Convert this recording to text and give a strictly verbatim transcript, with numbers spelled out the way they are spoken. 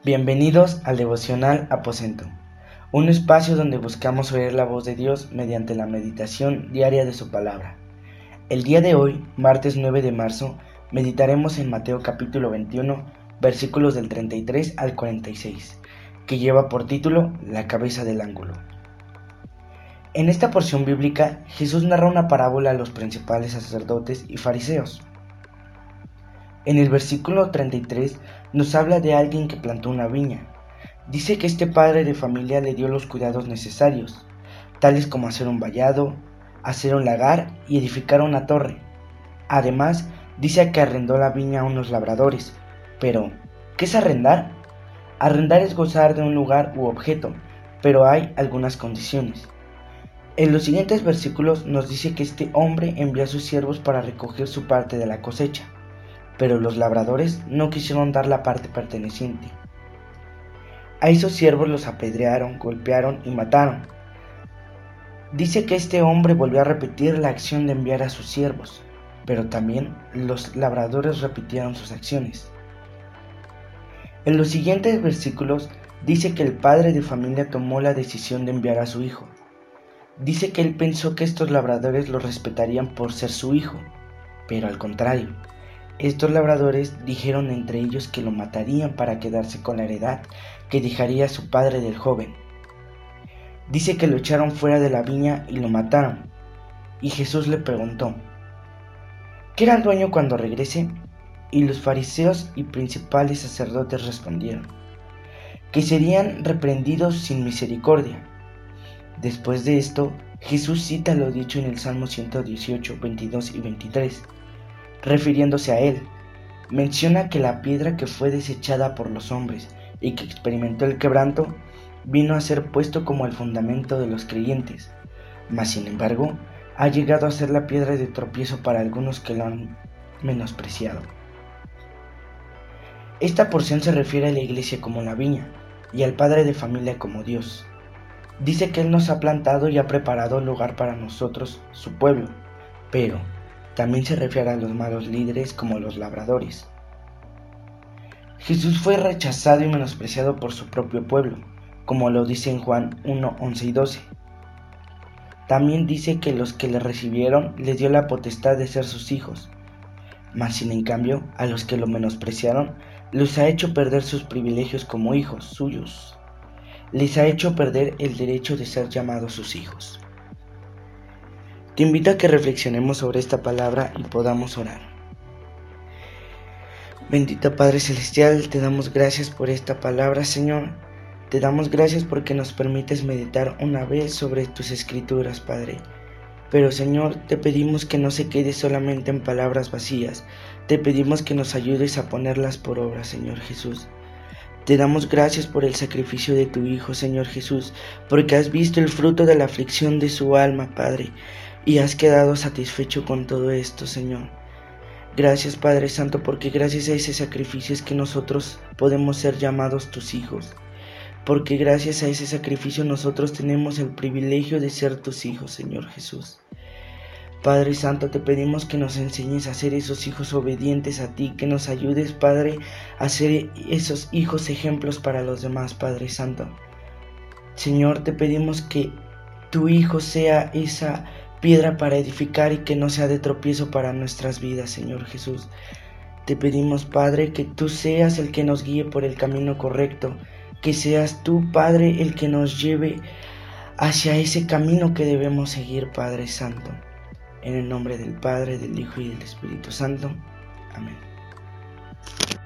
Bienvenidos al devocional Aposento, un espacio donde buscamos oír la voz de Dios mediante la meditación diaria de su palabra. El día de hoy, martes nueve de marzo, meditaremos en Mateo capítulo veintiuno, versículos del treinta y tres al cuarenta y seis, que lleva por título La cabeza del ángulo. En esta porción bíblica, Jesús narra una parábola a los principales sacerdotes y fariseos. En el versículo treinta y tres nos habla de alguien que plantó una viña. Dice que este padre de familia le dio los cuidados necesarios, tales como hacer un vallado, hacer un lagar y edificar una torre. Además, dice que arrendó la viña a unos labradores. Pero, ¿qué es arrendar? Arrendar es gozar de un lugar u objeto, pero hay algunas condiciones. En los siguientes versículos nos dice que este hombre envió a sus siervos para recoger su parte de la cosecha, pero los labradores no quisieron dar la parte perteneciente. A esos siervos los apedrearon, golpearon y mataron. Dice que este hombre volvió a repetir la acción de enviar a sus siervos, pero también los labradores repitieron sus acciones. En los siguientes versículos dice que el padre de familia tomó la decisión de enviar a su hijo. Dice que él pensó que estos labradores lo respetarían por ser su hijo, pero al contrario. Estos labradores dijeron entre ellos que lo matarían para quedarse con la heredad que dejaría su padre del joven. Dice que lo echaron fuera de la viña y lo mataron. Y Jesús le preguntó, ¿qué hará el dueño cuando regrese? Y los fariseos y principales sacerdotes respondieron, que serían reprendidos sin misericordia. Después de esto, Jesús cita lo dicho en el Salmo ciento dieciocho, veintidós y veintitrés. Refiriéndose a él, menciona que la piedra que fue desechada por los hombres y que experimentó el quebranto, vino a ser puesto como el fundamento de los creyentes, mas sin embargo, ha llegado a ser la piedra de tropiezo para algunos que lo han menospreciado. Esta porción se refiere a la iglesia como la viña y al padre de familia como Dios. Dice que Él nos ha plantado y ha preparado lugar para nosotros, su pueblo, pero también se refiere a los malos líderes como los labradores. Jesús fue rechazado y menospreciado por su propio pueblo, como lo dice en Juan uno, once y doce. También dice que los que le recibieron les dio la potestad de ser sus hijos, mas sin en cambio a los que lo menospreciaron los ha hecho perder sus privilegios como hijos suyos. Les ha hecho perder el derecho de ser llamados sus hijos. Te invito a que reflexionemos sobre esta palabra y podamos orar. Bendito Padre Celestial, te damos gracias por esta palabra, Señor. Te damos gracias porque nos permites meditar una vez sobre tus escrituras, Padre. Pero, Señor, te pedimos que no se quede solamente en palabras vacías. Te pedimos que nos ayudes a ponerlas por obra, Señor Jesús. Te damos gracias por el sacrificio de tu Hijo, Señor Jesús, porque has visto el fruto de la aflicción de su alma, Padre, y has quedado satisfecho con todo esto, Señor. Gracias, Padre Santo, porque gracias a ese sacrificio es que nosotros podemos ser llamados tus hijos. Porque gracias a ese sacrificio nosotros tenemos el privilegio de ser tus hijos, Señor Jesús. Padre Santo, te pedimos que nos enseñes a ser esos hijos obedientes a ti, que nos ayudes, Padre, a ser esos hijos ejemplos para los demás, Padre Santo. Señor, te pedimos que tu Hijo sea esa piedra para edificar y que no sea de tropiezo para nuestras vidas, Señor Jesús. Te pedimos, Padre, que tú seas el que nos guíe por el camino correcto, que seas tú, Padre, el que nos lleve hacia ese camino que debemos seguir, Padre Santo. En el nombre del Padre, del Hijo y del Espíritu Santo. Amén.